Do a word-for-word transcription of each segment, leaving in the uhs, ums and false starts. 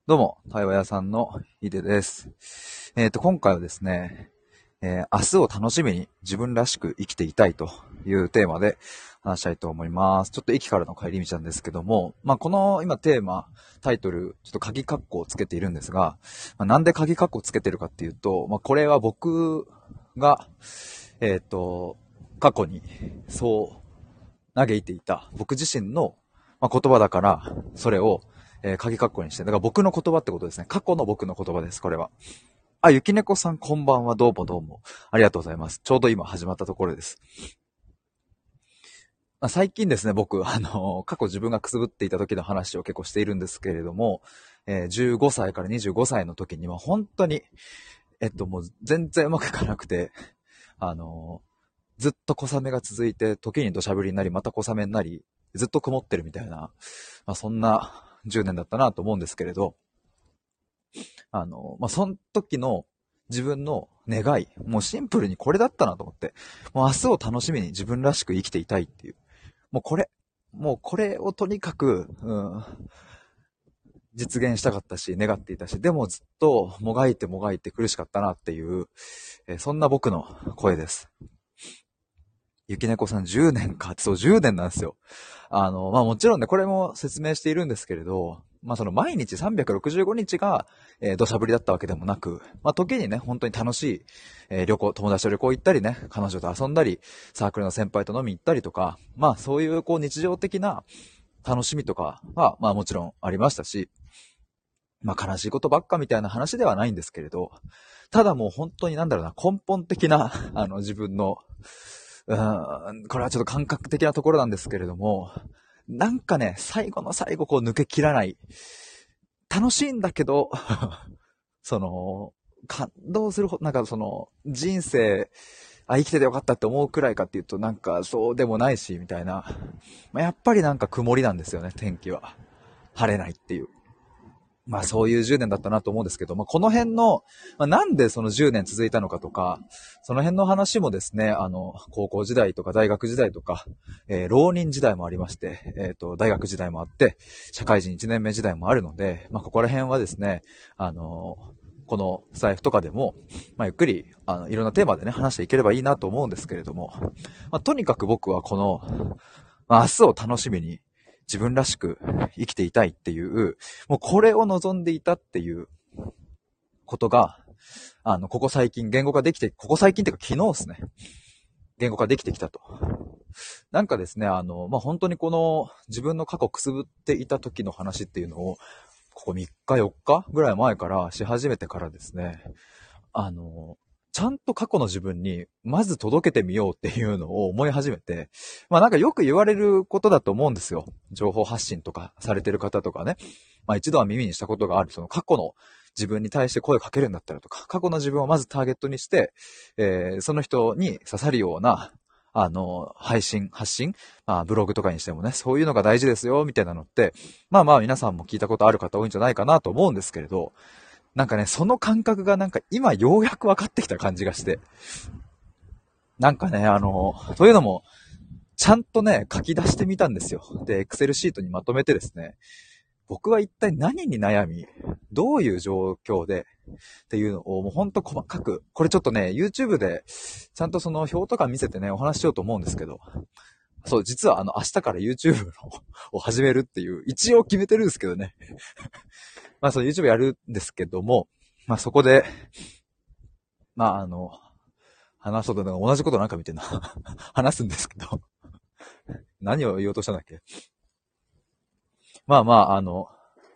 どうも、対話屋さんのヒデです。えっと、今回はですね、えー明日を楽しみに自分らしく生きていたいというテーマで話したいと思います。ちょっと駅からの帰り道なんですけども、まあ、この今テーマ、タイトル、ちょっと鍵括弧をつけているんですが、まあ、なんで鍵括弧をつけてるかっていうと、まあ、これは僕が、えっと、過去にそう嘆いていた僕自身の、まあ、言葉だから、それを、えー、鍵括弧にして、だから僕の言葉ってことですね。過去の僕の言葉です、これは。あ、ゆきねこさんこんばんは、どうもどうも。ありがとうございます。ちょうど今始まったところです。まあ、最近ですね、僕、あのー過去自分がくすぶっていた時の話を結構しているんですけれども、えーじゅうごさいからにじゅうごさいの時には本当に、えっともう全然うまくいかなくて、あのーずっと小雨が続いて、時に土砂降りになり、また小雨になり、ずっと曇ってるみたいな、まあ、そんなじゅうねんだったなと思うんですけれど、あの、まあ、その時の自分の願い、もうシンプルにこれだったなと思って、もう明日を楽しみに自分らしく生きていたいっていう、もうこれ、もうこれをとにかく、うん、実現したかったし、願っていたし、でもずっともがいてもがいて苦しかったなっていう、えーそんな僕の声です。ゆきねこさんじゅうねんか、そうじゅうねんなんですよ。あの、まあもちろんね、これも説明しているんですけれど、まあその毎日さんびゃくろくじゅうごにちが、えー、土砂降りだったわけでもなく、まあ時にね、本当に楽しい、えー旅行、友達と旅行行ったりね、彼女と遊んだり、サークルの先輩と飲み行ったりとか、まあそういうこう日常的な楽しみとかは、まあもちろんありましたし、まあ悲しいことばっかみたいな話ではないんですけれど、ただもう本当になんだろうな、根本的な、あの自分の、うーん、これはちょっと感覚的なところなんですけれども、なんかね、最後の最後こう抜けきらない。楽しいんだけど、その、感動するほ、なんかその、人生、あ、生きててよかったって思うくらいかっていうと、なんかそうでもないし、みたいな。まあ、やっぱりなんか曇りなんですよね、天気は。晴れないっていう。まあそういうじゅうねんだったなと思うんですけど、まあこの辺の、まあ、なんでそのじゅうねん続いたのかとか、その辺の話もですね、あの、高校時代とか大学時代とか、えー浪人時代もありまして、えっ、と、大学時代もあって、社会人いちねんめ時代もあるので、まあここら辺はですね、あの、このスタイフとかでも、まあゆっくり、あの、いろんなテーマでね、話していければいいなと思うんですけれども、まあとにかく僕はこの、まあ、明日を楽しみに自分らしく生きていたいっていう、もうこれを望んでいたっていうことが、あの、ここ最近言語化できて、ここ最近っていうか昨日ですね、言語化できてきたと。なんかですね、あの、まあ、本当にこの自分の過去くすぶっていた時の話っていうのを、ここみっかよっかぐらい前からし始めてからですね、あの、ちゃんと過去の自分に、まず届けてみようっていうのを思い始めて、まあなんかよく言われることだと思うんですよ。情報発信とかされてる方とかね。まあ一度は耳にしたことがある、その過去の自分に対して声をかけるんだったらとか、過去の自分をまずターゲットにして、えーその人に刺さるような、あの、配信、発信、まあブログとかにしてもね、そういうのが大事ですよ、みたいなのって、まあまあ皆さんも聞いたことある方多いんじゃないかなと思うんですけれど、なんかね、その感覚がなんか今ようやく分かってきた感じがして。なんかね、あの、というのも、ちゃんとね、書き出してみたんですよ。で、エクセルシートにまとめてですね、僕は一体何に悩み、どういう状況で、っていうのをもうほんと細かく、これちょっとね、YouTube で、ちゃんとその表とか見せてね、お話ししようと思うんですけど、そう、実はあの、明日から YouTube のを始めるっていう、一応決めてるんですけどね。まあそう YouTube やるんですけども、まあそこで、まああの、話そうとなんか同じことなんか見てんな。話すんですけど。何を言おうとしたんだっけ。まあまあ、あの、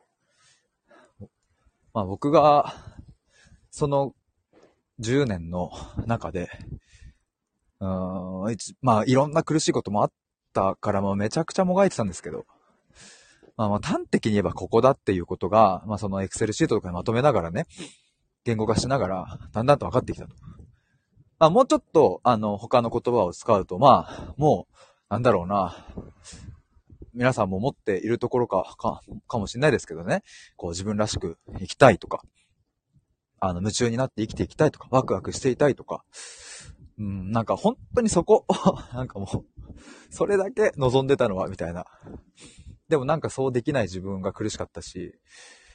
まあ僕が、そのじゅうねんの中で、うーん、一まあいろんな苦しいこともあったから、まあめちゃくちゃもがいてたんですけど、まあまあ端的に言えばここだっていうことが、まあそのエクセルシートとかにまとめながらね、言語化しながら、だんだんと分かってきたと。まあもうちょっと、あの、他の言葉を使うと、まあ、もう、なんだろうな、皆さんも持っているところか、か、かもしれないですけどね。こう自分らしく生きたいとか、あの、夢中になって生きていきたいとか、ワクワクしていたいとか、うん、なんか本当にそこ、なんかもう、それだけ望んでたのは、みたいな。でもなんかそうできない自分が苦しかったし、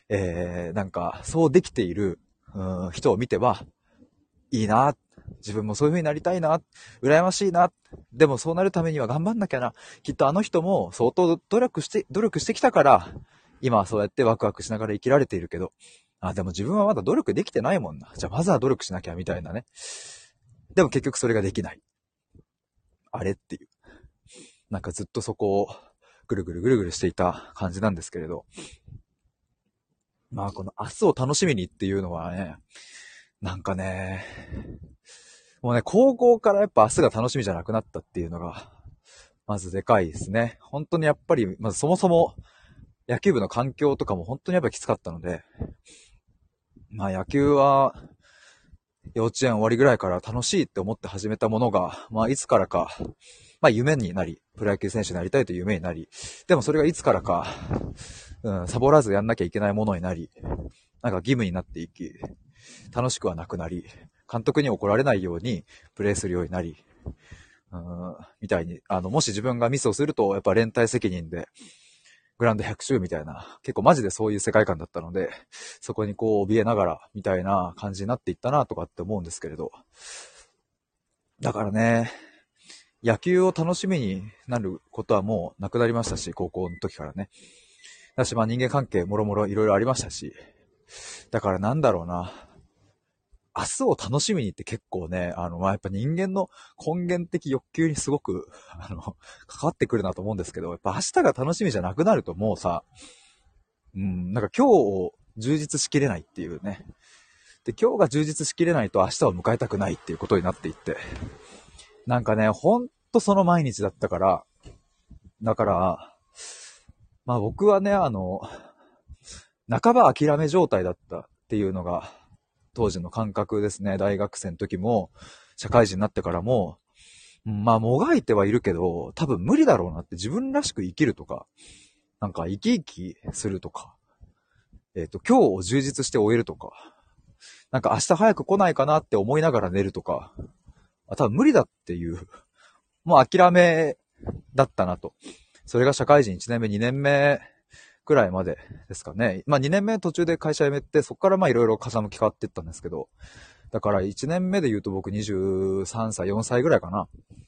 えー、なんか、そうできている、うん、人を見ては、いいな、自分もそういう風になりたいな、羨ましいな、でもそうなるためには頑張んなきゃな、きっとあの人も相当努力して、努力してきたから、今はそうやってワクワクしながら生きられているけど、あ、でも自分はまだ努力できてないもんな。じゃあまずは努力しなきゃみたいなね。でも結局それができない。あれっていう。なんかずっとそこをぐるぐるぐるぐるしていた感じなんですけれど。まあこの明日を楽しみにっていうのはね、なんかね、もうね、高校からやっぱ明日が楽しみじゃなくなったっていうのが、まずでかいですね。本当にやっぱり、まずそもそも野球部の環境とかも本当にやっぱきつかったので、まあ野球は幼稚園終わりぐらいから楽しいって思って始めたものが、まあいつからか、まあ夢になり、プロ野球選手になりたいという夢になり、でもそれがいつからか、うん、サボらずやんなきゃいけないものになり、なんか義務になっていき、楽しくはなくなり、監督に怒られないようにプレーするようになり、うん、みたいに、あの、もし自分がミスをすると、やっぱ連帯責任で、グラウンドひゃく周みたいな、結構マジでそういう世界観だったので、そこにこう怯えながら、みたいな感じになっていったなとかって思うんですけれど。だからね、野球を楽しみになることはもうなくなりましたし、高校の時からね。だし、まあ人間関係もろもろいろいろありましたし、だからなんだろうな。明日を楽しみにって結構ね、あの、まあ、やっぱ人間の根源的欲求にすごく、あの、関わってくるなと思うんですけど、やっぱ明日が楽しみじゃなくなるともうさ、うん、なんか今日を充実しきれないっていうね。で、今日が充実しきれないと明日を迎えたくないっていうことになっていって。なんかね、ほんとその毎日だったから、だから、まあ僕はね、あの、半ば諦め状態だったっていうのが、当時の感覚ですね。大学生の時も、社会人になってからも、まあ、もがいてはいるけど、多分無理だろうなって自分らしく生きるとか、なんか生き生きするとか、えっと、今日を充実して終えるとか、なんか明日早く来ないかなって思いながら寝るとか、あ、多分無理だっていう、もう諦めだったなと。それが社会人いちねんめ、にねんめくらいまでですかね。まあにねんめ途中で会社辞めて、そこからまあいろいろ風向き変わっていったんですけど、だからいちねんめで言うと僕にじゅうさんさい、よんさいぐらいかな。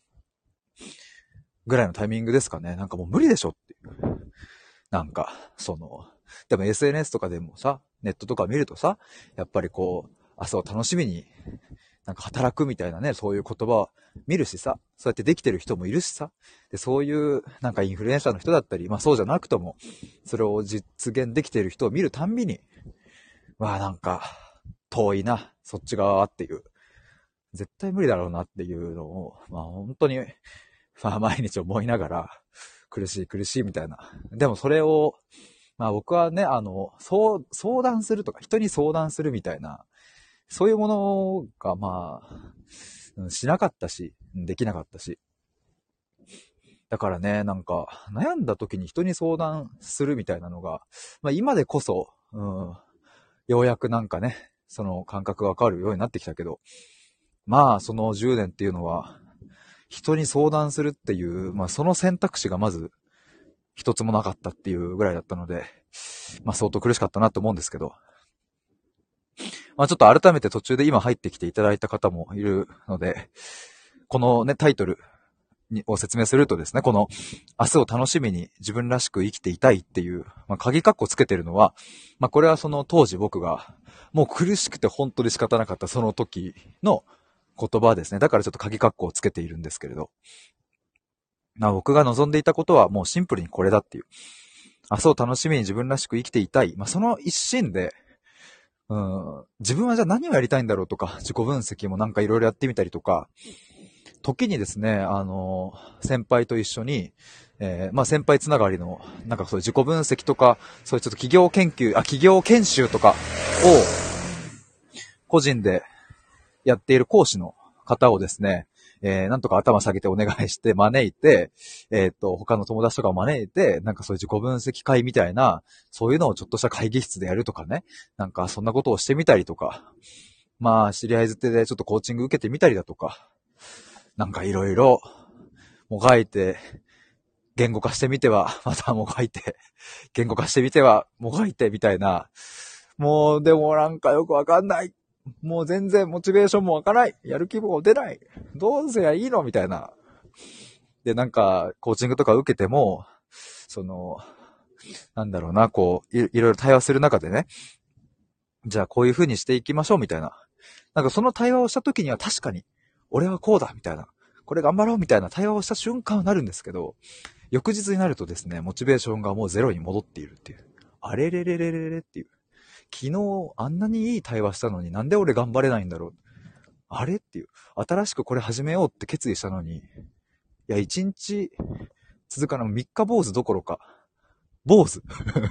ぐらいのタイミングですかね。なんかもう無理でしょっていう。なんか、その、でも エスエヌエス とかでもさ、ネットとか見るとさ、やっぱりこう、朝を楽しみに、なんか働くみたいなね、そういう言葉を見るしさ、そうやってできてる人もいるしさ、で、そういうなんかインフルエンサーの人だったり、まあそうじゃなくとも、それを実現できている人を見るたんびに、わあなんか、遠いな、そっち側っていう、絶対無理だろうなっていうのを、まあ本当に、まあ毎日思いながら、苦しい苦しいみたいな。でもそれを、まあ僕はね、あの、そう、相談するとか、人に相談するみたいな、そういうものが、まあ、しなかったし、できなかったし。だからね、なんか、悩んだ時に人に相談するみたいなのが、まあ今でこそ、うん、ようやくなんかね、その感覚がわかるようになってきたけど、まあそのじゅうねんっていうのは、人に相談するっていう、まあその選択肢がまず一つもなかったっていうぐらいだったので、まあ相当苦しかったなと思うんですけど、まあちょっと改めて途中で今入ってきていただいた方もいるので、このね、タイトルにを説明するとですね、この明日を楽しみに自分らしく生きていたいっていう、まあ鍵括弧つけてるのは、まあこれはその当時僕がもう苦しくて本当に仕方なかったその時の言葉ですね。だからちょっと鍵括弧をつけているんですけれど、まあ僕が望んでいたことはもうシンプルにこれだっていう。明日を楽しみに自分らしく生きていたい。まあその一心で、うん、自分はじゃあ何をやりたいんだろうとか、自己分析もなんかいろいろやってみたりとか、時にですね、あの、先輩と一緒に、えー、まあ先輩つながりの、なんかそういう自己分析とか、そういうちょっと企業研究、あ、企業研修とかを、個人でやっている講師の方をですね、えー、なんとか頭下げてお願いして招いて、えっと、他の友達とかを招いて、なんかそういう自己分析会みたいな、そういうのをちょっとした会議室でやるとかね、なんかそんなことをしてみたりとか、まあ、知り合いづてでちょっとコーチング受けてみたりだとか、なんかいろいろもがいて言語化してみては、またもがいて、言語化してみては、もがいて、みたいな。もう、でもなんかよくわかんない。もう全然モチベーションも湧かない。やる気も出ない。どうすりゃいいのみたいな。で、なんか、コーチングとか受けても、その、なんだろうな、こうい、いろいろ対話する中でね、じゃあこういう風にしていきましょうみたいな。なんかその対話をした時には確かに、俺はこうだみたいな。これ頑張ろうみたいな対話をした瞬間はなるんですけど、翌日になるとですね、モチベーションがもうゼロに戻っているっていう。あれれれれれれっていう。昨日あんなにいい対話したのになんで俺頑張れないんだろう。あれっていう。新しくこれ始めようって決意したのに、いや、一日続かない、三日坊主どころか、坊主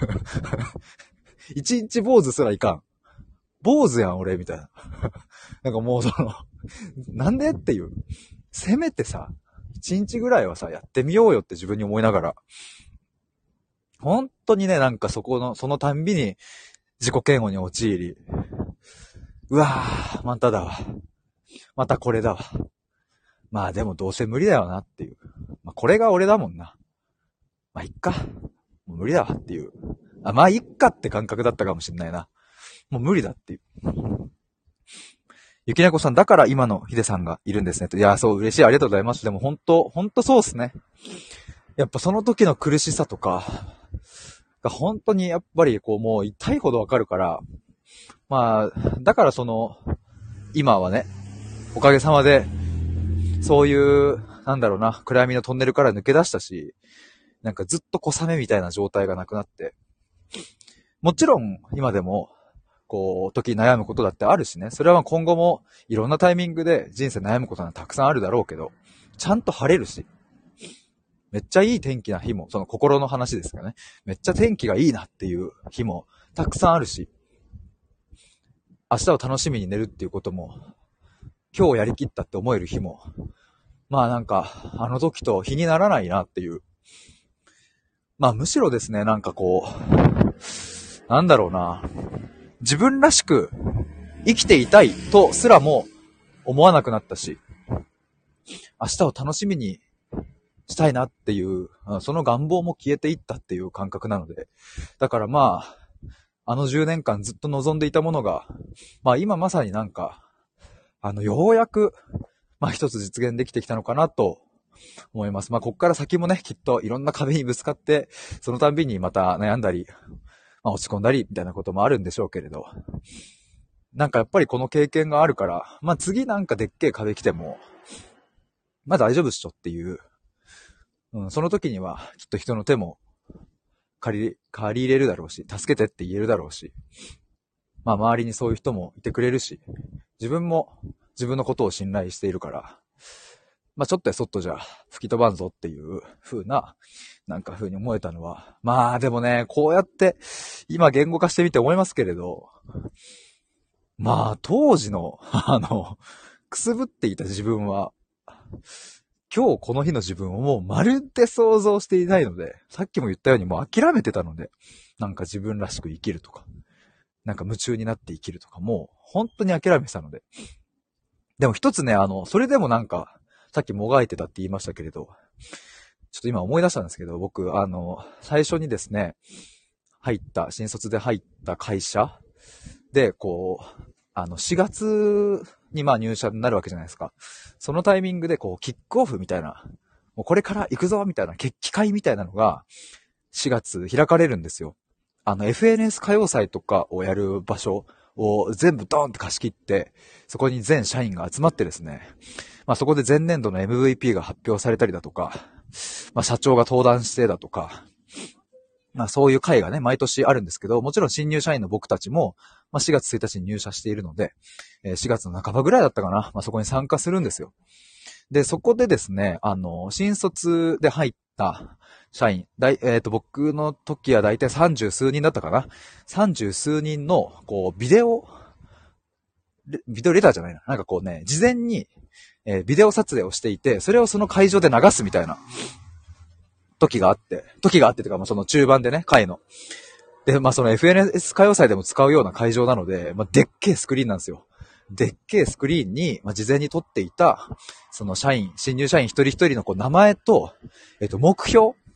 一日坊主すらいかん。坊主やん、俺、みたいな。なんかもうその、なんでっていう。せめてさ、一日ぐらいはさ、やってみようよって自分に思いながら。本当にね、なんかそこの、そのたんびに自己嫌悪に陥り、うわぁ、まただわ。またこれだわ。まあでもどうせ無理だよなっていう。まあこれが俺だもんな。まあいっか。もう無理だわっていう。あ、まあいっかって感覚だったかもしんないな。もう無理だっていう。ゆきねこさん、だから今のヒデさんがいるんですね。いや、そう、嬉しい。ありがとうございます。でも本当、本当そうですね。やっぱその時の苦しさとか、が本当にやっぱりこうもう痛いほどわかるから、まあ、だからその、今はね、おかげさまで、そういう、なんだろうな、暗闇のトンネルから抜け出したし、なんかずっと小雨みたいな状態がなくなって、もちろん今でも、こう、時悩むことだってあるしね、それは今後もいろんなタイミングで人生悩むことがたくさんあるだろうけど、ちゃんと晴れるし、めっちゃいい天気な日も、その心の話ですかね、めっちゃ天気がいいなっていう日もたくさんあるし、明日を楽しみに寝るっていうことも、今日やりきったって思える日も、まあなんか、あの時と比にならないなっていう。まあむしろですね、なんかこう、なんだろうな、自分らしく生きていたいとすらも思わなくなったし、明日を楽しみにしたいなっていう、その願望も消えていったっていう感覚なので、だからまあ、あのじゅうねんかんずっと望んでいたものが、まあ今まさになんか、あの、ようやく、まあ一つ実現できてきたのかなと思います。まあこっから先もね、きっといろんな壁にぶつかって、そのたんびにまた悩んだり、まあ落ち込んだりみたいなこともあるんでしょうけれど、なんかやっぱりこの経験があるから、まあ次なんかでっけえ壁来ても、まあ大丈夫っしょっていう、うん、その時にはきっと人の手も借り、借り入れるだろうし、助けてって言えるだろうし、まあ周りにそういう人もいてくれるし、自分も自分のことを信頼しているから、まあちょっとやそっとじゃ吹き飛ばんぞっていう風な、なんか風に思えたのは、まあでもね、こうやって今言語化してみて思いますけれど、まあ当時の、あの、くすぶっていた自分は、今日この日の自分をもうまるで想像していないので、さっきも言ったようにもう諦めてたので、なんか自分らしく生きるとか、なんか夢中になって生きるとかもう本当に諦めてたので。でも一つね、あの、それでもなんか、さっきもがいてたって言いましたけれど、ちょっと今思い出したんですけど、僕、あの、最初にですね、入った、新卒で入った会社で、こう、あの、しがつにまあ入社になるわけじゃないですか。そのタイミングでこう、キックオフみたいな、もうこれから行くぞみたいな、決起会みたいなのが、しがつ開かれるんですよ。あの、エフエヌエス 歌謡祭とかをやる場所を全部ドーンって貸し切って、そこに全社員が集まってですね、まあそこで前年度の エムブイピー が発表されたりだとか、まあ社長が登壇してだとか、まあそういう会がね、毎年あるんですけど、もちろん新入社員の僕たちも、まあしがつついたちに入社しているので、しがつの半ばぐらいだったかな、まあそこに参加するんですよ。で、そこでですね、あの、新卒で入った社員、だい、えっと、僕の時はだいたいさんじゅう数人だったかな。さんじゅう数人の、こう、ビデオ、ビデオレターじゃないな。なんかこうね、事前に、えー、ビデオ撮影をしていて、それをその会場で流すみたいな時があって、時があってというか、まあ、その中盤でね、会の。で、まあ、その エフエヌエス 歌謡祭でも使うような会場なので、まあ、でっけえスクリーンなんですよ。でっけえスクリーンに、まあ、事前に撮っていた、その社員、新入社員一人一人のこう名前と、えっと、目標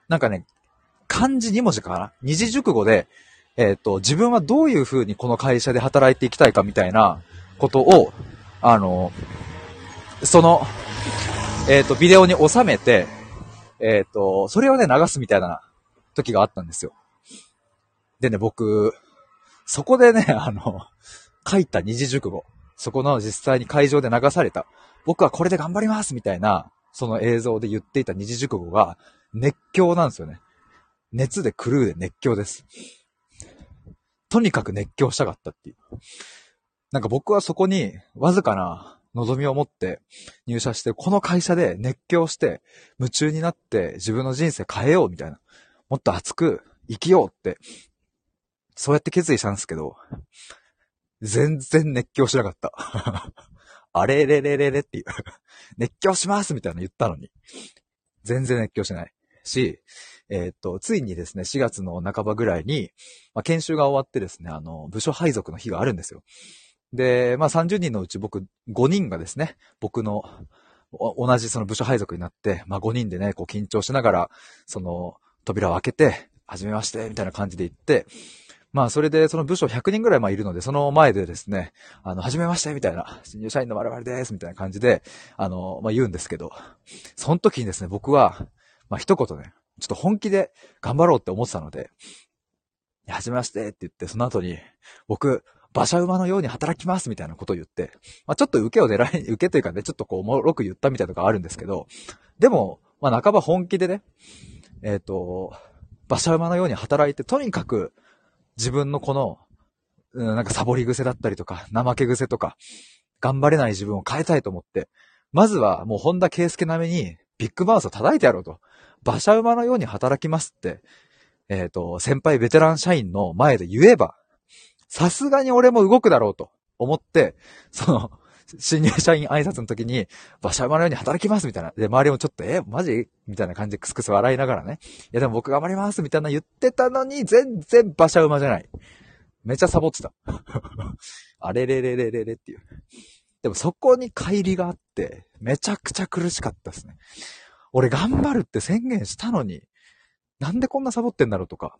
なんかね、漢字に文字かな二字熟語で、えっと、自分はどういう風にこの会社で働いていきたいかみたいなことを、あの、その、えっと、ビデオに収めて、えっと、それをね、流すみたいな時があったんですよ。でね、僕、そこでね、あの、書いた二字熟語、そこの実際に会場で流された、僕はこれで頑張りますみたいな、その映像で言っていた二字熟語が、熱狂なんですよね。熱で狂うで熱狂です。とにかく熱狂したかったっていう。なんか僕はそこに、わずかな望みを持って入社して、この会社で熱狂して、夢中になって自分の人生変えようみたいな。もっと熱く生きようって、そうやって決意したんですけど、全然熱狂しなかった。あれれれれれっていう。熱狂しますみたいなの言ったのに。全然熱狂しない。し、えーっと、ついにですね、しがつの半ばぐらいに、まあ、研修が終わってですね、あの、部署配属の日があるんですよ。で、まあさんじゅうにんのうち僕ごにんがですね、僕の同じその部署配属になって、まあごにんでね、こう緊張しながら、その扉を開けて、はじめまして、みたいな感じで行って、まあそれでその部署ひゃくにんぐらいまあいるので、その前でですね、あの、はじめまして、みたいな、新入社員の我々です、みたいな感じで、あの、まあ言うんですけど、その時にですね、僕は、まあ一言ね、ちょっと本気で頑張ろうって思ってたので、はじめましてって言って、その後に、僕、馬車馬のように働きますみたいなことを言って、まあちょっと受けを狙い、受けというかね、ちょっとこう、おもろく言ったみたいなのがあるんですけど、でも、まあ半ば本気でね、えっと、馬車馬のように働いて、とにかく自分のこの、うん、なんかサボり癖だったりとか、怠け癖とか、頑張れない自分を変えたいと思って、まずはもう本田圭佑並みにビッグマウスを叩いてやろうと。馬車馬のように働きますって、えっと、先輩ベテラン社員の前で言えば、さすがに俺も動くだろうと思って、その、新入社員挨拶の時に、馬車馬のように働きますみたいな。で、周りもちょっと、え、マジみたいな感じでクスクス笑いながらね。いやでも僕頑張りますみたいな言ってたのに、全然馬車馬じゃない。めっちゃサボってた。あれれれれれれっていう。でもそこに乖離があって、めちゃくちゃ苦しかったですね。俺頑張るって宣言したのに、なんでこんなサボってんだろうとか。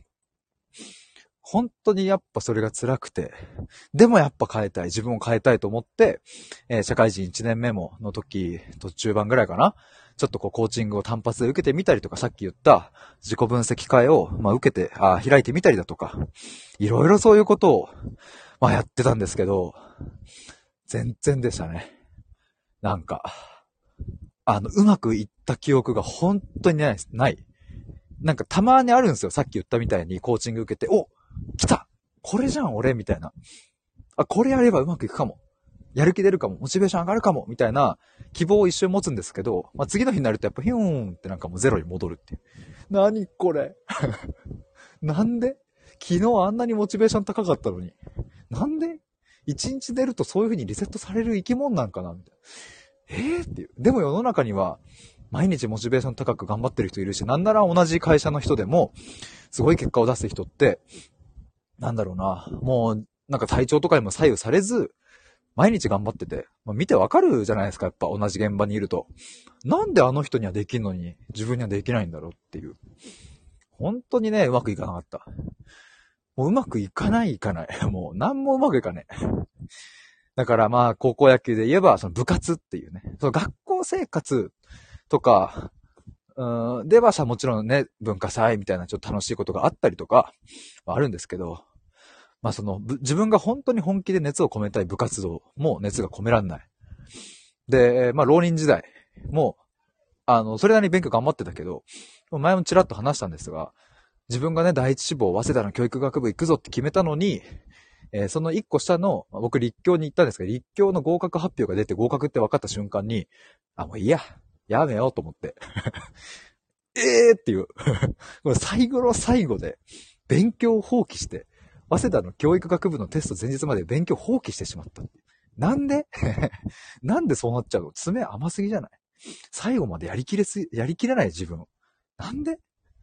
本当にやっぱそれが辛くて、でもやっぱ変えたい、自分を変えたいと思って、えー、社会人いちねんめもの時、途中盤ぐらいかな、ちょっとこうコーチングを単発で受けてみたりとか、さっき言った自己分析会を、まあ、受けて、あ開いてみたりだとか、いろいろそういうことを、まあ、やってたんですけど、全然でしたね。なんか、あの、うまくいった記憶が本当にないです。ない。なんかたまにあるんですよ。さっき言ったみたいにコーチング受けて、お来たこれじゃん俺みたいな。あ、これやればうまくいくかも。やる気出るかも。モチベーション上がるかも。みたいな希望を一瞬持つんですけど、まあ、次の日になるとやっぱヒューンってなんかもうゼロに戻るっていう。何これなんで昨日あんなにモチベーション高かったのに。なんで一日出るとそういう風にリセットされる生き物なんかなみたいな。えーっていう。でも世の中には、毎日モチベーション高く頑張ってる人いるし、なんなら同じ会社の人でも、すごい結果を出す人って、なんだろうな、もう、なんか体調とかにも左右されず、毎日頑張ってて、まあ、見てわかるじゃないですか、やっぱ同じ現場にいると。なんであの人にはできんのに、自分にはできないんだろうっていう。本当にね、うまくいかなかった。もううまくいかないいかない。もう何もうまくいかない。だからまあ、高校野球で言えば、その部活っていうね、その学校生活とか、うん、ではさ、もちろんね、文化祭みたいなちょっと楽しいことがあったりとか、あるんですけど、まあその、自分が本当に本気で熱を込めたい部活動も熱が込めらんない。で、まあ浪人時代も、あの、それなりに勉強頑張ってたけど、前もちらっと話したんですが、自分がね、第一志望、早稲田の教育学部行くぞって決めたのに、えーその一個下の、僕立教に行ったんですけど、立教の合格発表が出て合格って分かった瞬間に、あ、もういいや、やめようと思って。ええーっていう。これ最後の最後で、勉強を放棄して、早稲田の教育学部のテスト前日まで勉強放棄してしまった。なんでなんでそうなっちゃうの？爪甘すぎじゃない？最後までやりきれす、やりきれない自分。なんで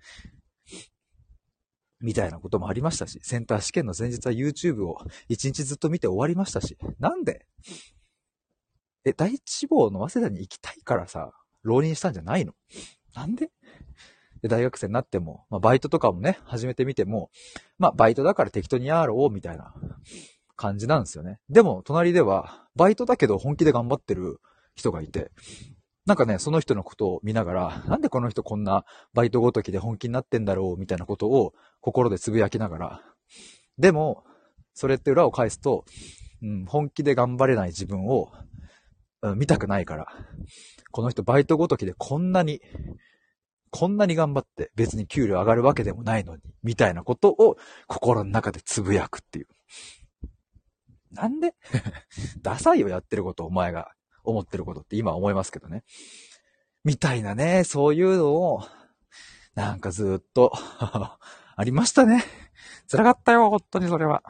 みたいなこともありましたし、センター試験の前日は YouTube を一日ずっと見て終わりましたし、なんでえ、第一志望の早稲田に行きたいからさ、浪人したんじゃないの？なんでで、大学生になっても、まあ、バイトとかもね、始めてみても、まあ、バイトだから適当にやろう、みたいな感じなんですよね。でも、隣では、バイトだけど本気で頑張ってる人がいて、なんかね、その人のことを見ながら、なんでこの人こんなバイトごときで本気になってんだろう、みたいなことを心でつぶやきながら、でも、それって裏を返すと、うん、本気で頑張れない自分を、うん、見たくないから、この人バイトごときでこんなに、こんなに頑張って別に給料上がるわけでもないのに、みたいなことを心の中でつぶやくっていう。なんでダサいよ、やってること、お前が思ってることって今思いますけどね。みたいなね、そういうのを、なんかずっとありましたね。辛かったよ、本当にそれは。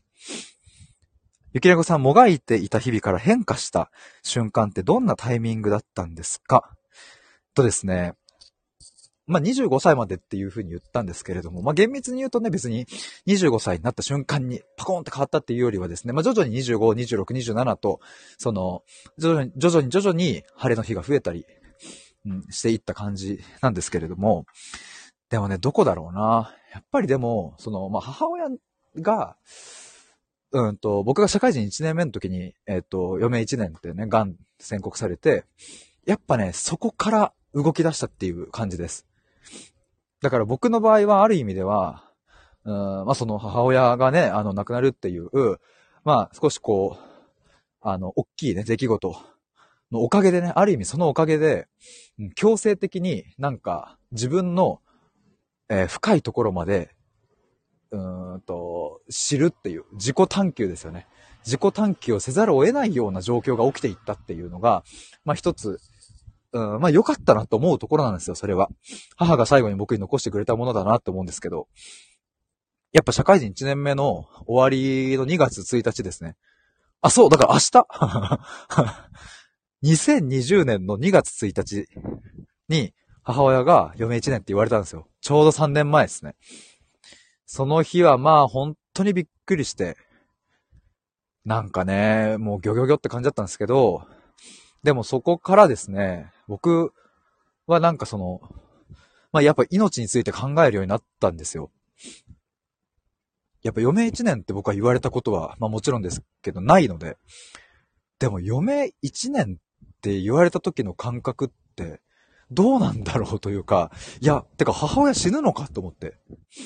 ゆきねこさん、もがいていた日々から変化した瞬間ってどんなタイミングだったんですか？とですね、まあ、にじゅうごさいまでっていう風に言ったんですけれども、まあ、厳密に言うとね、別ににじゅうごさいになった瞬間にパコーンって変わったっていうよりはですね、まあ、徐々ににじゅうご、にじゅうろく、にじゅうななと、その、徐々に、徐々に徐々に晴れの日が増えたり、うん、していった感じなんですけれども、でもね、どこだろうな。やっぱりでも、その、まあ、母親が、うんと、僕が社会人いちねんめの時に、えっと、余命いちねんってね、癌宣告されて、やっぱね、そこから動き出したっていう感じです。だから僕の場合はある意味では、うん、まあその母親がね、あの亡くなるっていう、まあ少しこう、あの、大きいね、出来事のおかげでね、ある意味そのおかげで、うん、強制的になんか自分の、えー深いところまで、うーんと、知るっていう自己探求ですよね。自己探求をせざるを得ないような状況が起きていったっていうのが、まあ一つ、うん、まあ良かったなと思うところなんですよ、それは。母が最後に僕に残してくれたものだなと思うんですけど、やっぱ社会人いちねんめの終わりのにがつついたちですね。あ、そう、だから明日にせんにじゅうねんのにがつついたちに母親が余命いちねんって言われたんですよ。ちょうどさんねんまえですね。その日はまあ本当にびっくりして、なんかね、もうギョギョギョって感じだったんですけど、でもそこからですね、僕はなんかその、まあやっぱ命について考えるようになったんですよ。やっぱ余命いちねんって僕は言われたことは、まあもちろんですけどないので、でも余命いちねんって言われた時の感覚ってどうなんだろうというか、いや、てか母親死ぬのかと思って。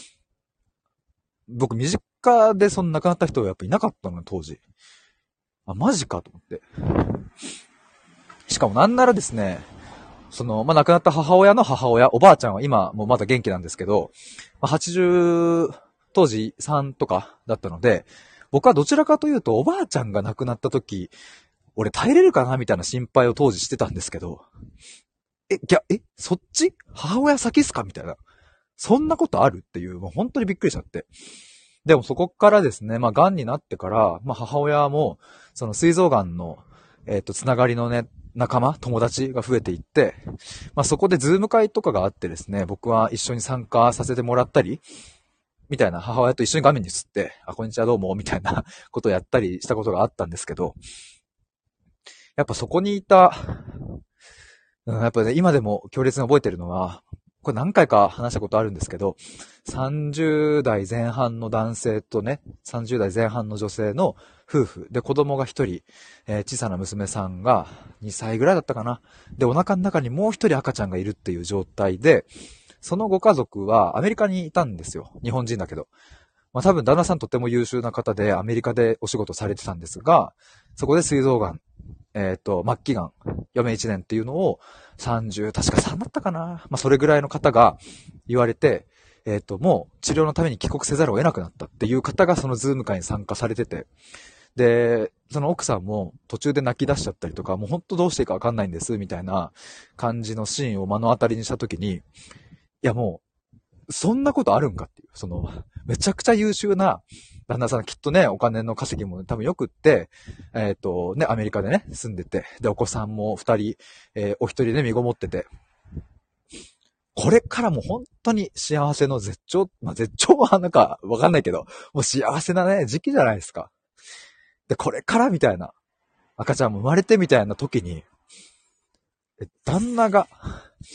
僕身近でその亡くなった人はやっぱいなかったの当時。あ、マジかと思って。しかもなんならですね、その、まあ、亡くなった母親の母親、おばあちゃんは今もうまだ元気なんですけど、まあ、はちじゅう、当時さんとかだったので、僕はどちらかというとおばあちゃんが亡くなった時、俺耐えれるかなみたいな心配を当時してたんですけど、え、ぎゃ、え、そっち母親先っすかみたいな。そんなことあるっていう、もう本当にびっくりしちゃって。でもそこからですね、まあ、癌になってから、まあ、母親も、その膵臓癌の、えっと、つながりのね、仲間、友達が増えていって、まあ、そこでズーム会とかがあってですね、僕は一緒に参加させてもらったり、みたいな母親と一緒に画面に映って、あ、こんにちはどうも、みたいなことをやったりしたことがあったんですけど、やっぱそこにいた、うん、やっぱね、今でも強烈に覚えてるのは、これ何回か話したことあるんですけど、さんじゅう代前半の男性とね、さんじゅう代前半の女性の夫婦で子供が一人、えー小さな娘さんがにさいぐらいだったかな。で、お腹の中にもう一人赤ちゃんがいるっていう状態で、そのご家族はアメリカにいたんですよ。日本人だけど。まあ多分旦那さんとても優秀な方でアメリカでお仕事されてたんですが、そこで膵臓癌、えっと、末期癌、余命いちねんっていうのをさんじゅう、確かさんだったかな。まあそれぐらいの方が言われて、えっと、もう治療のために帰国せざるを得なくなったっていう方がそのズーム会に参加されてて、で、その奥さんも途中で泣き出しちゃったりとか、もう本当どうしていいかわかんないんです、みたいな感じのシーンを目の当たりにしたときに、いやもう、そんなことあるんかっていう、その、めちゃくちゃ優秀な旦那さんきっとね、お金の稼ぎも多分よくって、えっとね、アメリカでね、住んでて、で、お子さんも二人、えーお一人で身ごもってて、これからも本当に幸せの絶頂、まあ、絶頂はなんかわかんないけど、もう幸せなね、時期じゃないですか。で、これからみたいな、赤ちゃんも生まれてみたいな時に、え旦那が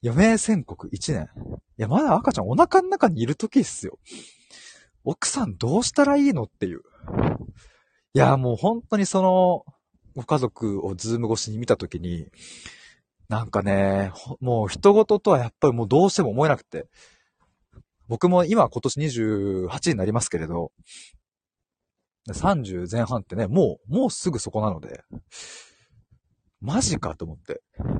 余命宣告いちねん。いや、まだ赤ちゃんお腹の中にいる時っすよ。奥さんどうしたらいいのっていう。いや、もう本当にその、ご家族をズーム越しに見た時に、なんかね、もう人事とはやっぱりもうどうしても思えなくて。僕も今今年にじゅうはちになりますけれど、さんじゅう前半ってね、もう、もうすぐそこなので、マジかと思って。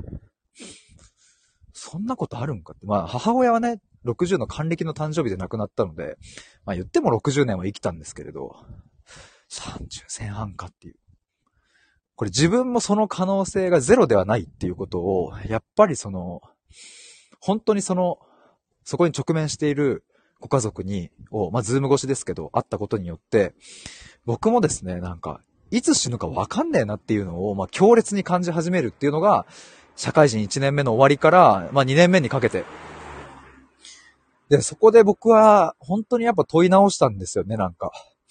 そんなことあるんかって。まあ、母親はね、ろくじゅうの還暦の誕生日で亡くなったので、まあ言ってもろくじゅうねんは生きたんですけれど、さんじゅう前半かっていう。これ自分もその可能性がゼロではないっていうことを、やっぱりその、本当にその、そこに直面しているご家族に、を、まあ、ズーム越しですけど、会ったことによって、僕もですね、なんか、いつ死ぬかわかんねえなっていうのを、まあ、強烈に感じ始めるっていうのが、社会人いちねんめの終わりから、まあ、にねんめにかけて。で、そこで僕は、本当にやっぱ問い直したんですよね、なんか。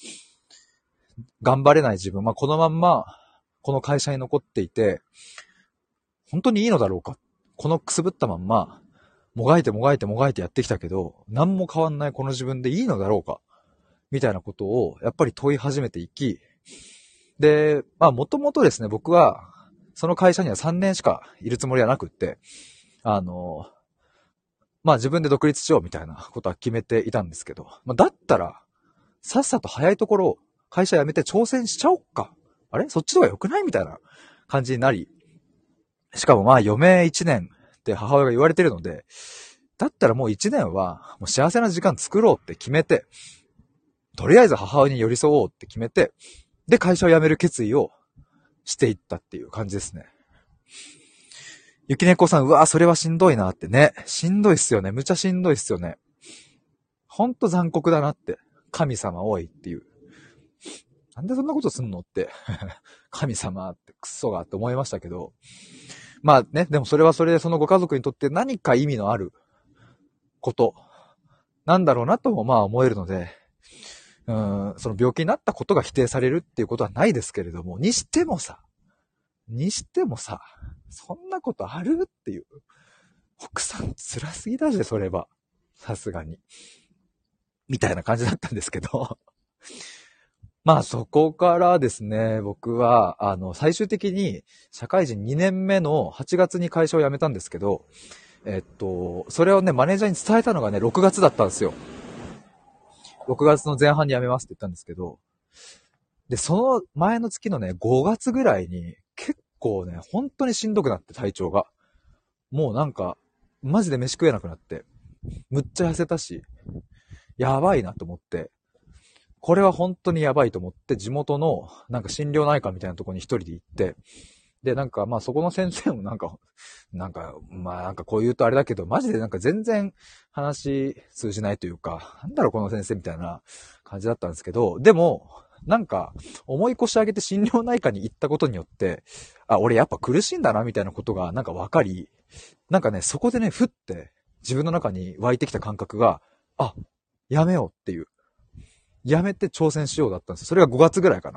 頑張れない自分、まあ、このまんま、この会社に残っていて、本当にいいのだろうか。このくすぶったまんま、もがいてもがいてもがいてやってきたけど、何も変わんないこの自分でいいのだろうか。みたいなことを、やっぱり問い始めていき、で、まあ、もともとですね、僕は、その会社にはさんねんしかいるつもりはなくって、あの、まあ自分で独立しようみたいなことは決めていたんですけど、まあ、だったら、さっさと早いところ、会社辞めて挑戦しちゃおっか。あれそっちの方が良くないみたいな感じになり、しかもまあ余命いちねんって母親が言われてるので、だったらもういちねんはもう幸せな時間作ろうって決めて、とりあえず母親に寄り添おうって決めて、で会社を辞める決意をしていったっていう感じですね。ゆきねこさん、うわぁ、それはしんどいなってね。しんどいっすよね。むちゃしんどいっすよね。ほんと残酷だなって。神様多いっていう。なんでそんなことすんのって。神様ってクソがって思いましたけど。まあね、でもそれはそれでそのご家族にとって何か意味のあることなんだろうなともまあ思えるので、うーん、その病気になったことが否定されるっていうことはないですけれども、にしてもさ、にしてもさ、そんなことあるっていう。奥さん辛すぎだぜ、それは。さすがに。みたいな感じだったんですけど。まあそこからですね、僕は、あの、最終的に社会人にねんめのはちがつに会社を辞めたんですけど、えっと、それをね、マネージャーに伝えたのがね、ろくがつだったんですよ。ろくがつの前半に辞めますって言ったんですけど、で、その前の月のね、ごがつぐらいに、結構ね、本当にしんどくなって体調が。もうなんか、マジで飯食えなくなって、むっちゃ痩せたし、やばいなと思って、これは本当にやばいと思って、地元のなんか心療内科みたいなところに一人で行って、で、なんかまあそこの先生もなんか、なんか、まあなんかこう言うとあれだけど、マジでなんか全然話通じないというか、なんだろうこの先生みたいな感じだったんですけど、でも、なんか、思い越し上げて心療内科に行ったことによって、あ、俺やっぱ苦しいんだなみたいなことがなんか分かり、なんかね、そこでね、ふって自分の中に湧いてきた感覚が、あ、やめようっていう。やめて挑戦しようだったんですよ。それがごがつぐらいかな。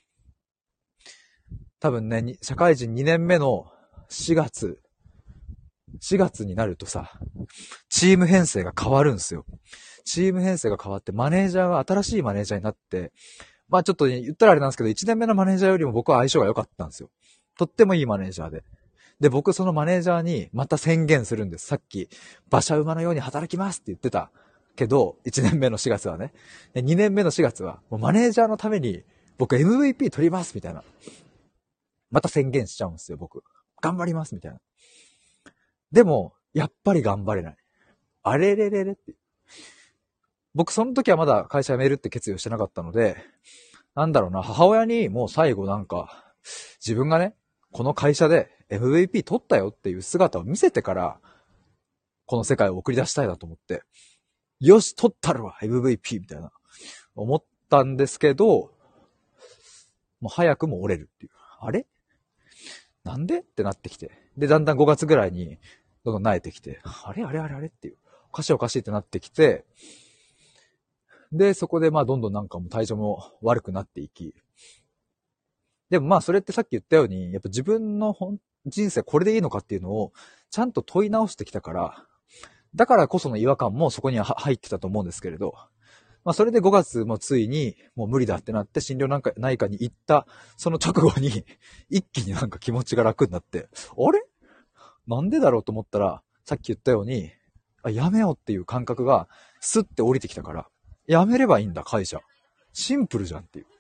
多分ね、社会人にねんめのしがつ、しがつになるとさ、チーム編成が変わるんですよ。チーム編成が変わって、マネージャーが新しいマネージャーになって、まあちょっと、ね、言ったらあれなんですけど、いちねんめのマネージャーよりも僕は相性が良かったんですよ。とってもいいマネージャーで。で、僕そのマネージャーにまた宣言するんです。さっき、馬車馬のように働きますって言ってたけど、いちねんめのしがつはね。で、にねんめのしがつは、もうマネージャーのために、僕 エムブイピー 取りますみたいな。また宣言しちゃうんですよ、僕。頑張りますみたいな。でも、やっぱり頑張れない。あれれれれって。僕その時はまだ会社辞めるって決意をしてなかったので、なんだろうな、母親にもう最後なんか、自分がね、この会社で エムブイピー 取ったよっていう姿を見せてから、この世界を送り出したいなと思って、よし、取ったるわ エムブイピー みたいな、思ったんですけど、もう早くも折れるっていう。あれなんでってなってきて。で、だんだんごがつぐらいに、どんどん慣れてきて、あれあれあれあれっていう。おかしいおかしいってなってきて、で、そこでまあどんどんなんかも体調も悪くなっていき、でもまあそれってさっき言ったように、やっぱ自分の本人生これでいいのかっていうのをちゃんと問い直してきたから、だからこその違和感もそこには入ってたと思うんですけれど、まあそれでごがつもついにもう無理だってなって心療なんか内科に行ったその直後に一気になんか気持ちが楽になって、あれなんでだろうと思ったら、さっき言ったように、あ、やめようっていう感覚がスッて降りてきたから、やめればいいんだ会社。シンプルじゃんっていう。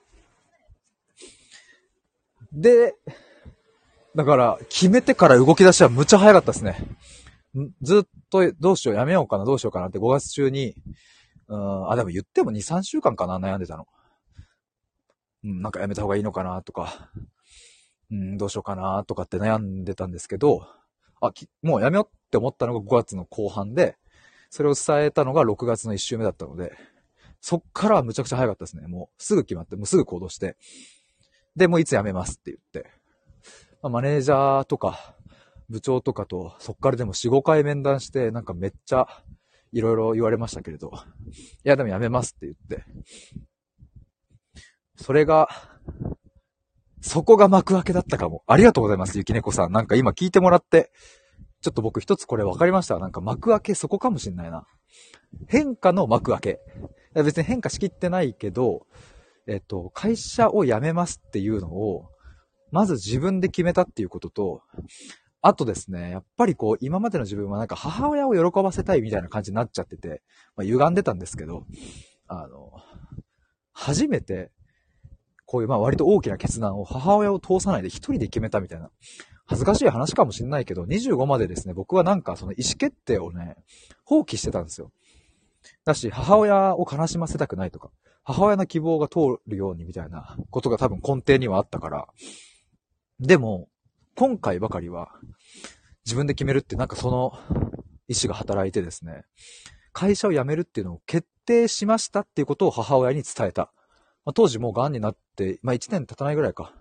で、だから決めてから動き出しはむちゃ早かったですね。ずっとどうしようやめようかなどうしようかなってごがつ中に、うん、あ、でも言ってもに、さんしゅうかんかな悩んでたの。うん、なんかやめた方がいいのかなとか、うん、どうしようかなとかって悩んでたんですけど、あ、もうやめようって思ったのがごがつの後半で、それを伝えたのがろくがつのいっ週目だったので、そっからはむちゃくちゃ早かったですね。もうすぐ決まって、もうすぐ行動して、で、もういつ辞めますって言って、まあ、マネージャーとか部長とかとそっからでもよん、ごかい面談して、なんかめっちゃいろいろ言われましたけれど、いやでも辞めますって言って、それが、そこが幕開けだったかも。ありがとうございます、ゆきねこさん。なんか今聞いてもらって、ちょっと僕一つこれ分かりました。なんか幕開けそこかもしんないな。変化の幕開け。別に変化しきってないけど、えっと、会社を辞めますっていうのを、まず自分で決めたっていうことと、あとですね、やっぱりこう、今までの自分はなんか母親を喜ばせたいみたいな感じになっちゃってて、まあ、歪んでたんですけど、あの、初めて、こういうまあ割と大きな決断を母親を通さないで一人で決めたみたいな。恥ずかしい話かもしれないけど、にじゅうごまでですね、僕はなんかその意思決定をね、放棄してたんですよ。だし、母親を悲しませたくないとか、母親の希望が通るようにみたいなことが多分根底にはあったから。でも、今回ばかりは、自分で決めるってなんかその意思が働いてですね、会社を辞めるっていうのを決定しましたっていうことを母親に伝えた。まあ、当時もう癌になって、まあいちねん経たないぐらいか。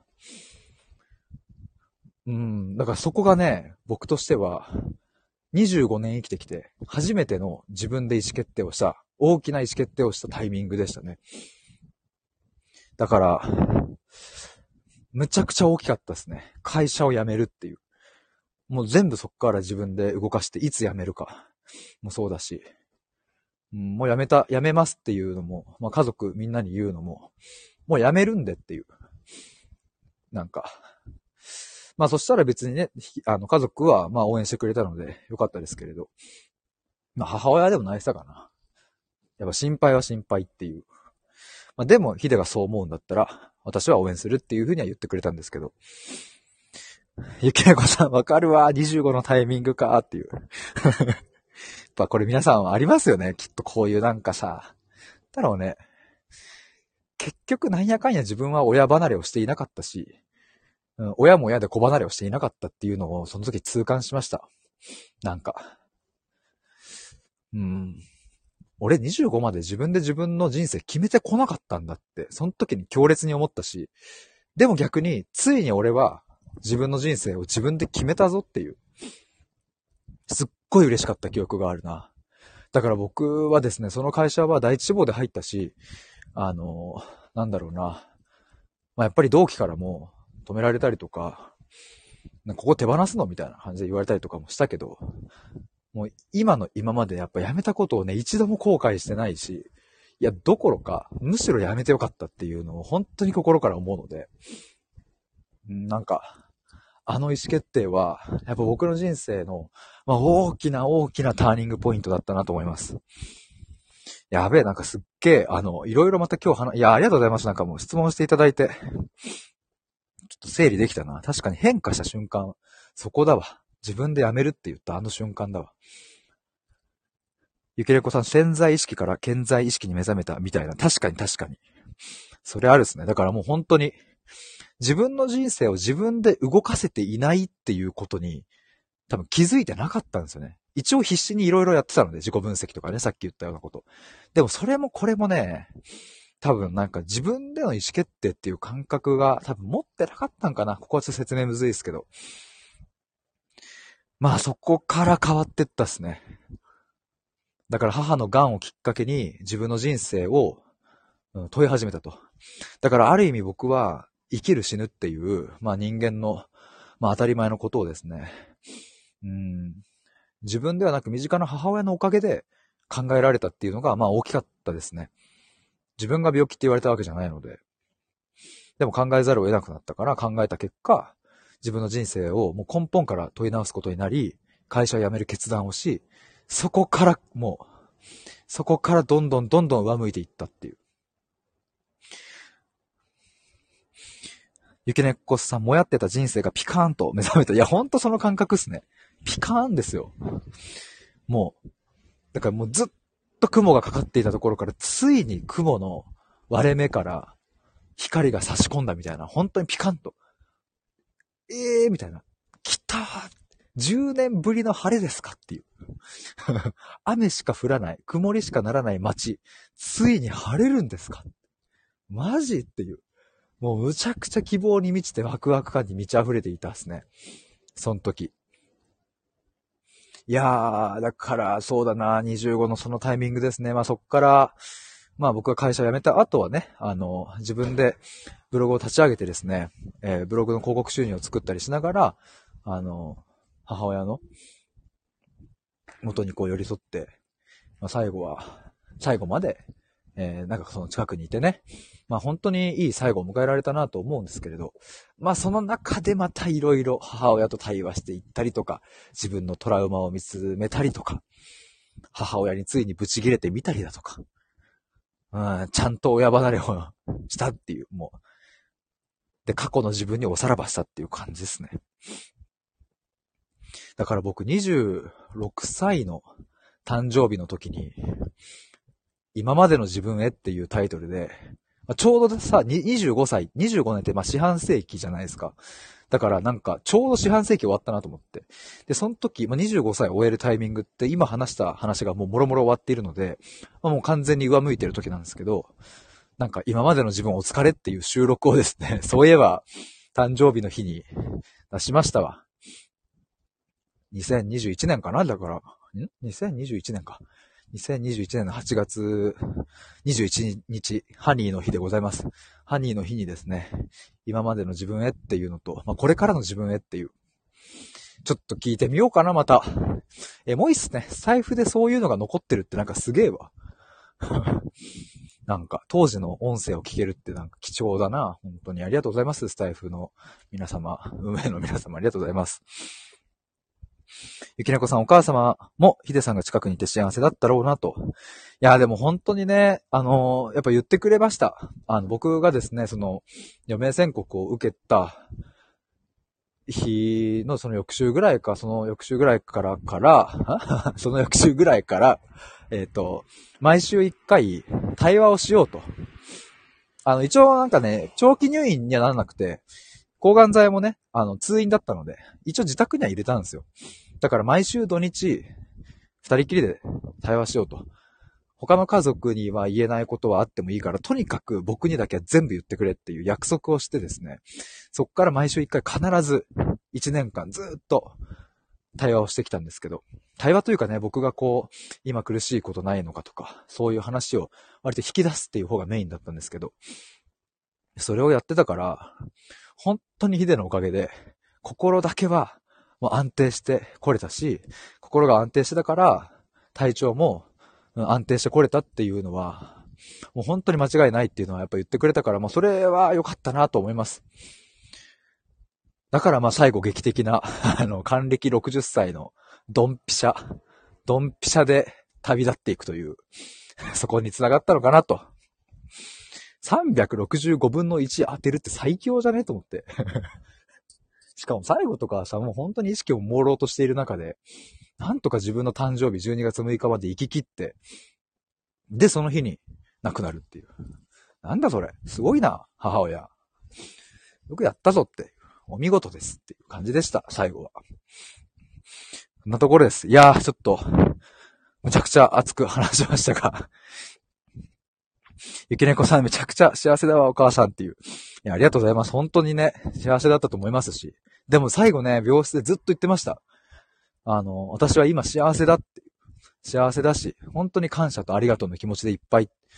うん、だからそこがね、僕としては、にじゅうごねん生きてきて、初めての自分で意思決定をした、大きな意思決定をしたタイミングでしたね。だから、むちゃくちゃ大きかったですね。会社を辞めるっていう。もう全部そっから自分で動かして、いつ辞めるかもそうだし、うん、もう辞めた、辞めますっていうのも、まあ家族みんなに言うのも、もう辞めるんでっていう。なんか、まあそしたら別にね、あの家族はまあ応援してくれたのでよかったですけれど、まあ母親でもないさかな。やっぱ心配は心配っていう。まあでもヒデがそう思うんだったら、私は応援するっていうふうには言ってくれたんですけど、ゆきねこさんわかるわ、にじゅうごのタイミングかっていう。やっぱこれ皆さんはありますよね。きっとこういうなんかさ、だろうね。結局なんやかんや自分は親離れをしていなかったし、うん、親も親で子離れをしていなかったっていうのをその時痛感しました。なんか。うん。俺にじゅうごまで自分で自分の人生決めてこなかったんだって、その時に強烈に思ったし、でも逆に、ついに俺は自分の人生を自分で決めたぞっていう、すっごい嬉しかった記憶があるな。だから僕はですね、その会社は第一志望で入ったし、あの、なんだろうな。まあ、やっぱり同期からも止められたりとか、ここ手放すのみたいな感じで言われたりとかもしたけど、もう今の今までやっぱやめたことをね、一度も後悔してないし、いや、どころか、むしろやめてよかったっていうのを本当に心から思うので、なんか、あの意思決定は、やっぱ僕の人生の、まあ、大きな大きなターニングポイントだったなと思います。やべえ、なんかすっげえ、あの、いろいろまた今日話、いや、ありがとうございます。なんかもう質問していただいて、ちょっと整理できたな。確かに変化した瞬間、そこだわ。自分でやめるって言ったあの瞬間だわ。ゆきれこさん、潜在意識から顕在意識に目覚めたみたいな。確かに確かに。それあるっすね。だからもう本当に、自分の人生を自分で動かせていないっていうことに、多分気づいてなかったんですよね。一応必死にいろいろやってたので、自己分析とかね、さっき言ったようなこと。でもそれもこれもね、多分なんか自分での意思決定っていう感覚が多分持ってなかったんかな。ここはちょっと説明むずいですけど。まあそこから変わってったっすね。だから母の癌をきっかけに自分の人生を問い始めたと。だからある意味僕は生きる死ぬっていう、まあ人間のまあ当たり前のことをですね、うん、自分ではなく身近な母親のおかげで考えられたっていうのが、まあ大きかったですね。自分が病気って言われたわけじゃないので、でも考えざるを得なくなったから考えた結果、自分の人生をもう根本から問い直すことになり、会社を辞める決断をし、そこからもう、そこからどんどんどんどん上向いていったっていう。ゆきねっこさん、もやってた人生がピカーンと目覚めた。いや、ほんとその感覚っすね。ピカーンですよ。もう、だからもうずっと雲がかかっていたところから、ついに雲の割れ目から光が差し込んだみたいな、本当にピカンと。えーみたいな。来たー !じゅう 年ぶりの晴れですかっていう。雨しか降らない、曇りしかならない街、ついに晴れるんですかマジっていう。もうむちゃくちゃ希望に満ちてワクワク感に満ち溢れていたですね。その時。いやー、だからそうだな、にじゅうごのそのタイミングですね。まあそっから、まあ僕が会社辞めた後はね、あの、自分でブログを立ち上げてですね、えー、ブログの広告収入を作ったりしながら、あの、母親の元にこう寄り添って、まあ、最後は、最後まで、えー、なんかその近くにいてね、まあ本当にいい最後を迎えられたなと思うんですけれど、まあその中でまたいろいろ母親と対話していったりとか、自分のトラウマを見つめたりとか、母親についにブチ切れてみたりだとか、うん、ちゃんと親離れをしたっていう、もう、で、過去の自分におさらばしたっていう感じですね。だから僕にじゅうろくさいの誕生日の時に、今までの自分へっていうタイトルで、ちょうどさ、にじゅうごさい、にじゅうごねんってまあ四半世紀じゃないですか。だからなんか、ちょうど四半世紀終わったなと思って。で、その時、まあ、にじゅうごさい終えるタイミングって今話した話がもうもろもろ終わっているので、まあ、もう完全に上向いてる時なんですけど、なんか今までの自分お疲れっていう収録をですね、そういえば誕生日の日に出しましたわ。にせんにじゅういちねんかなだから、ん ?にせんにじゅういちねんか。にせんにじゅういちねんのはちがつにじゅういちにち、ハニーの日でございます。ハニーの日にですね、今までの自分へっていうのと、まあ、これからの自分へっていう、ちょっと聞いてみようかな、また。え、もういいっすね。財布でそういうのが残ってるってなんかすげえわ。なんか、当時の音声を聞けるってなんか貴重だな。本当にありがとうございます。スタイフの皆様、運営の皆様ありがとうございます。ゆきねこさん、お母様もヒデさんが近くにいて幸せだったろうなと。いや、でも本当にね、あのー、やっぱ言ってくれました。あの、僕がですね、その、余命宣告を受けた日のその翌週ぐらいか、その翌週ぐらいからから、その翌週ぐらいから、えっと、毎週一回対話をしようと。あの、一応なんかね、長期入院にはならなくて、抗がん剤もね、あの、通院だったので、一応自宅には入れたんですよ。だから毎週土日、二人きりで対話しようと。他の家族には言えないことはあってもいいから、とにかく僕にだけは全部言ってくれっていう約束をしてですね、そっから毎週一回必ず一年間ずっと対話をしてきたんですけど、対話というかね、僕がこう、今苦しいことないのかとか、そういう話を割と引き出すっていう方がメインだったんですけど、それをやってたから、本当にヒデのおかげで、心だけはもう安定してこれたし、心が安定してたから、体調も安定してこれたっていうのは、もう本当に間違いないっていうのはやっぱ言ってくれたから、もうそれは良かったなと思います。だからまあ最後劇的な、あの、還暦ろくじゅっさいのドンピシャ、ドンピシャで旅立っていくという、そこに繋がったのかなと。さんびゃくろくじゅうごぶんのいち当てるって最強じゃねと思って。しかも最後とかさ、もう本当に意識を朦朧としている中で、なんとか自分の誕生日じゅうにがつむいかまで生き切って、で、その日に亡くなるっていう。なんだそれ。すごいな、母親。よくやったぞって。お見事ですっていう感じでした、最後は。こんなところです。いやー、ちょっと、むちゃくちゃ熱く話しましたが。ゆきねこさんめちゃくちゃ幸せだわ、お母さんっていう。いや、ありがとうございます。本当にね、幸せだったと思いますし。でも最後ね、病室でずっと言ってました。あの、私は今幸せだって。幸せだし、本当に感謝とありがとうの気持ちでいっぱい。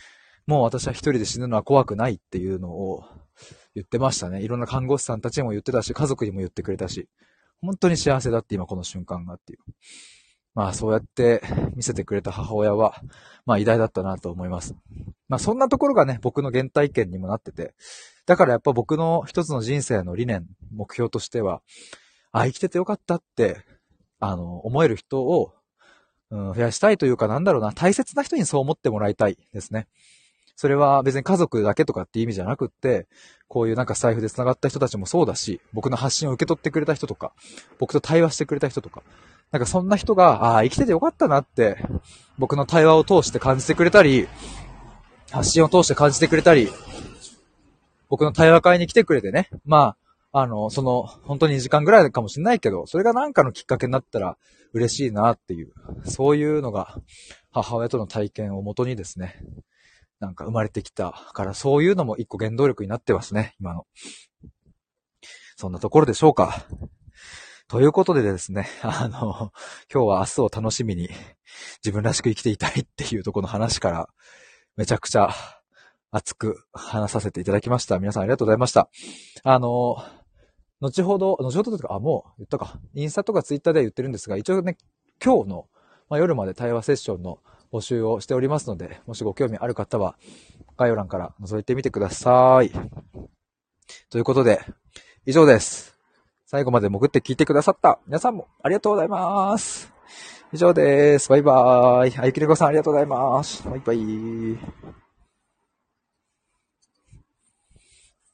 もう私は一人で死ぬのは怖くないっていうのを言ってましたね。いろんな看護師さんたちにも言ってたし、家族にも言ってくれたし、本当に幸せだって今この瞬間がっていう。まあそうやって見せてくれた母親は、まあ偉大だったなと思います。まあそんなところがね、僕の原体験にもなってて、だからやっぱ僕の一つの人生の理念、目標としては、あ、生きててよかったって、あの、思える人を、うん、増やしたいというかなんだろうな、大切な人にそう思ってもらいたいですね。それは別に家族だけとかっていう意味じゃなくって、こういうなんか財布で繋がった人たちもそうだし、僕の発信を受け取ってくれた人とか、僕と対話してくれた人とか、なんかそんな人が、ああ、生きててよかったなって、僕の対話を通して感じてくれたり、発信を通して感じてくれたり、僕の対話会に来てくれてね、まあ、あの、その、本当ににじかんぐらいかもしれないけど、それがなんかのきっかけになったら嬉しいなっていう、そういうのが母親との体験をもとにですね、なんか生まれてきたから、そういうのも一個原動力になってますね、今の。そんなところでしょうか。ということでですね、あの、今日は明日を楽しみに自分らしく生きていたいっていうところの話から、めちゃくちゃ熱く話させていただきました。皆さんありがとうございました。あの、後ほど、後ほどというか、あ、もう言ったか。インスタとかツイッターでは言ってるんですが、一応ね、今日の、まあ、夜まで対話セッションの募集をしておりますので、もしご興味ある方は、概要欄から覗いてみてください。ということで、以上です。最後まで潜って聞いてくださった皆さんもありがとうございます。以上です。バイバーイ。あゆきねこさんありがとうございます。バイバイ。